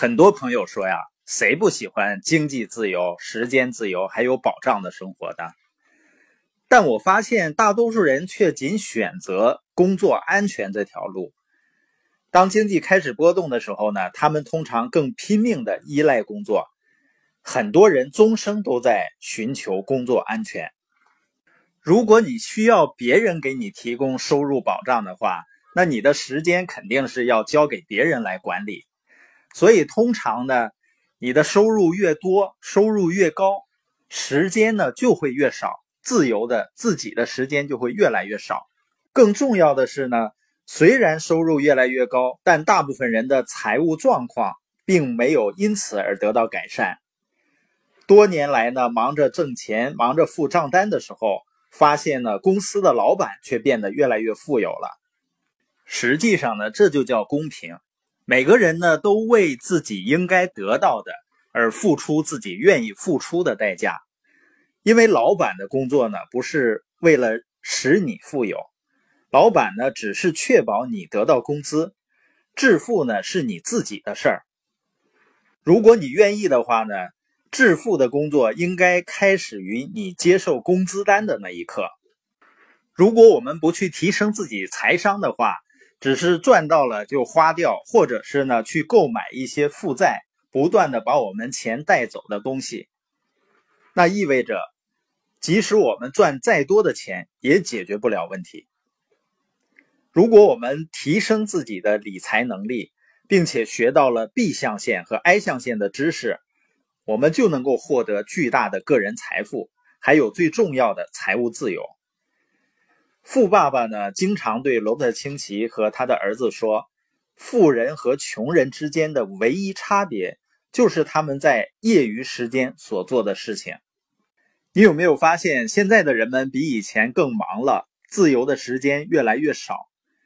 很多朋友说呀，谁不喜欢经济自由、时间自由还有保障的生活的？但我发现大多数人却仅选择工作安全这条路。当经济开始波动的时候呢，他们通常更拼命的依赖工作。很多人终生都在寻求工作安全。如果你需要别人给你提供收入保障的话，那你的时间肯定是要交给别人来管理。所以通常呢，你的收入越多，收入越高，时间呢就会越少，自由的自己的时间就会越来越少。更重要的是呢，虽然收入越来越高，但大部分人的财务状况并没有因此而得到改善。多年来呢，忙着挣钱，忙着付账单的时候，发现呢，公司的老板却变得越来越富有了。实际上呢，这就叫公平。每个人呢，都为自己应该得到的而付出自己愿意付出的代价。因为老板的工作呢，不是为了使你富有，老板呢，只是确保你得到工资，致富呢，是你自己的事儿。如果你愿意的话呢，致富的工作应该开始于你接受工资单的那一刻。如果我们不去提升自己财商的话，只是赚到了就花掉，或者是呢去购买一些负债，不断的把我们钱带走的东西，那意味着即使我们赚再多的钱也解决不了问题。如果我们提升自己的理财能力，并且学到了 B 象限和 I 象限的知识，我们就能够获得巨大的个人财富，还有最重要的财务自由。富爸爸呢，经常对罗伯特清崎和他的儿子说，富人和穷人之间的唯一差别就是他们在业余时间所做的事情。你有没有发现，现在的人们比以前更忙了，自由的时间越来越少？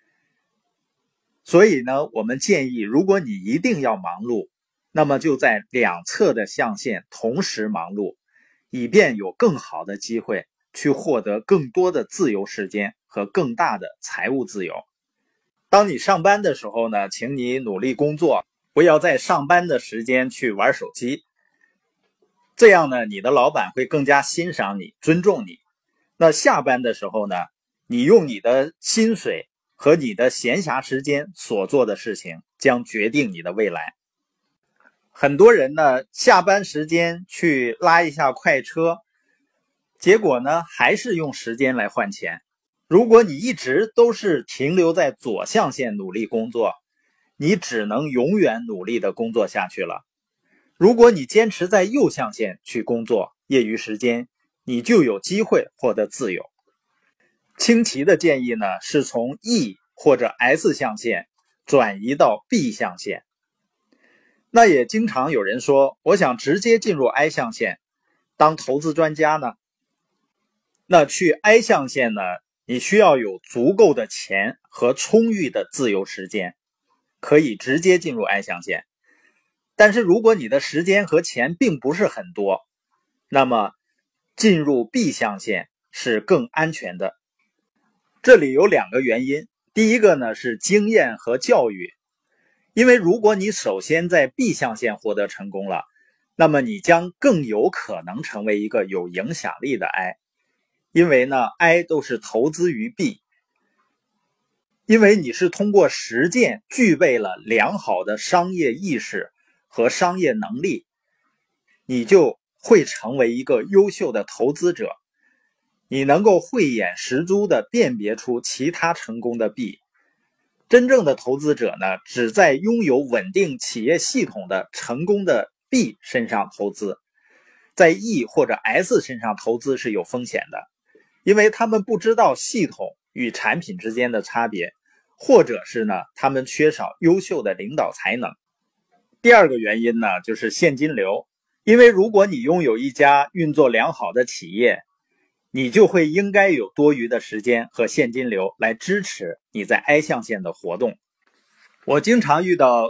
所以呢，我们建议，如果你一定要忙碌，那么就在两侧的象限同时忙碌，以便有更好的机会去获得更多的自由时间和更大的财务自由。当你上班的时候呢，请你努力工作，不要在上班的时间去玩手机。这样呢，你的老板会更加欣赏你，尊重你。那下班的时候呢，你用你的薪水和你的闲暇时间所做的事情将决定你的未来。很多人呢，下班时间去拉一下快车，结果呢，还是用时间来换钱。如果你一直都是停留在左象限努力工作，你只能永远努力的工作下去了。如果你坚持在右象限去工作，业余时间，你就有机会获得自由。清崎的建议呢，是从 E 或者 S 象限转移到 B 象限。那也经常有人说，我想直接进入 I 象限，当投资专家呢？那去 I 象限呢，你需要有足够的钱和充裕的自由时间，可以直接进入 I 象限。但是如果你的时间和钱并不是很多，那么进入 B 象限是更安全的。这里有两个原因，第一个呢是经验和教育。因为如果你首先在 B 象限获得成功了，那么你将更有可能成为一个有影响力的 I。因为呢 I 都是投资于 B。因为你是通过实践具备了良好的商业意识和商业能力，你就会成为一个优秀的投资者。你能够慧眼识珠地辨别出其他成功的 B。真正的投资者呢，只在拥有稳定企业系统的成功的 B 身上投资，在 E 或者 S 身上投资是有风险的，因为他们不知道系统与产品之间的差别，或者是呢，他们缺少优秀的领导才能。第二个原因呢，就是现金流。因为如果你拥有一家运作良好的企业，你就会应该有多余的时间和现金流来支持你在 I 象限的活动。我经常遇到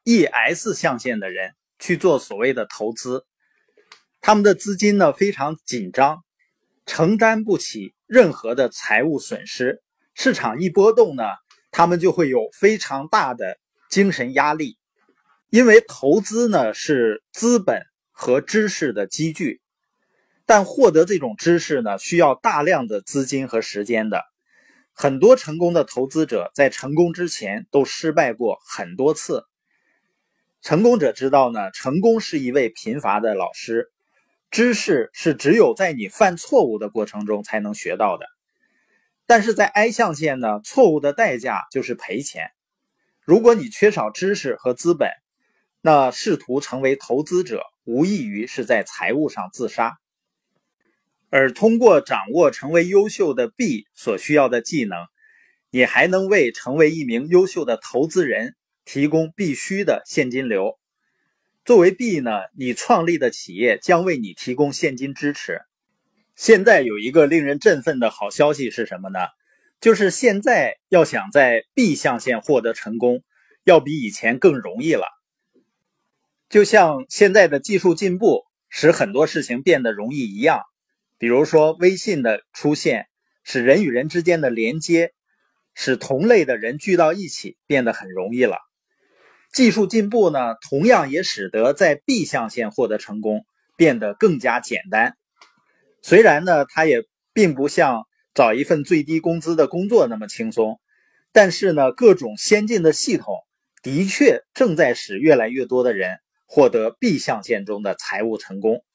ES 象限的人去做所谓的投资，他们的资金呢非常紧张，承担不起任何的财务损失，市场一波动呢，他们就会有非常大的精神压力。 因为投资呢是资本和知识的积聚，但获得这种知识呢需要大量的资金和时间的。很多成功的投资者在成功之前都失败过很多次。成功者知道呢，成功是一位贫乏的老师，知识是只有在你犯错误的过程中才能学到的。但是在 I 象限呢，错误的代价就是赔钱。如果你缺少知识和资本，那试图成为投资者无异于是在财务上自杀。而通过掌握成为优秀的 B 所需要的技能，你还能为成为一名优秀的投资人提供必须的现金流。作为 B 呢，你创立的企业将为你提供现金支持。现在有一个令人振奋的好消息是什么呢？就是现在要想在 B 象限获得成功，要比以前更容易了。就像现在的技术进步使很多事情变得容易一样，比如说微信的出现，使人与人之间的连接，使同类的人聚到一起变得很容易了。技术进步呢，同样也使得在 B 象限获得成功变得更加简单。虽然呢，它也并不像找一份最低工资的工作那么轻松，但是呢，各种先进的系统的确正在使越来越多的人获得 B 象限中的财务成功。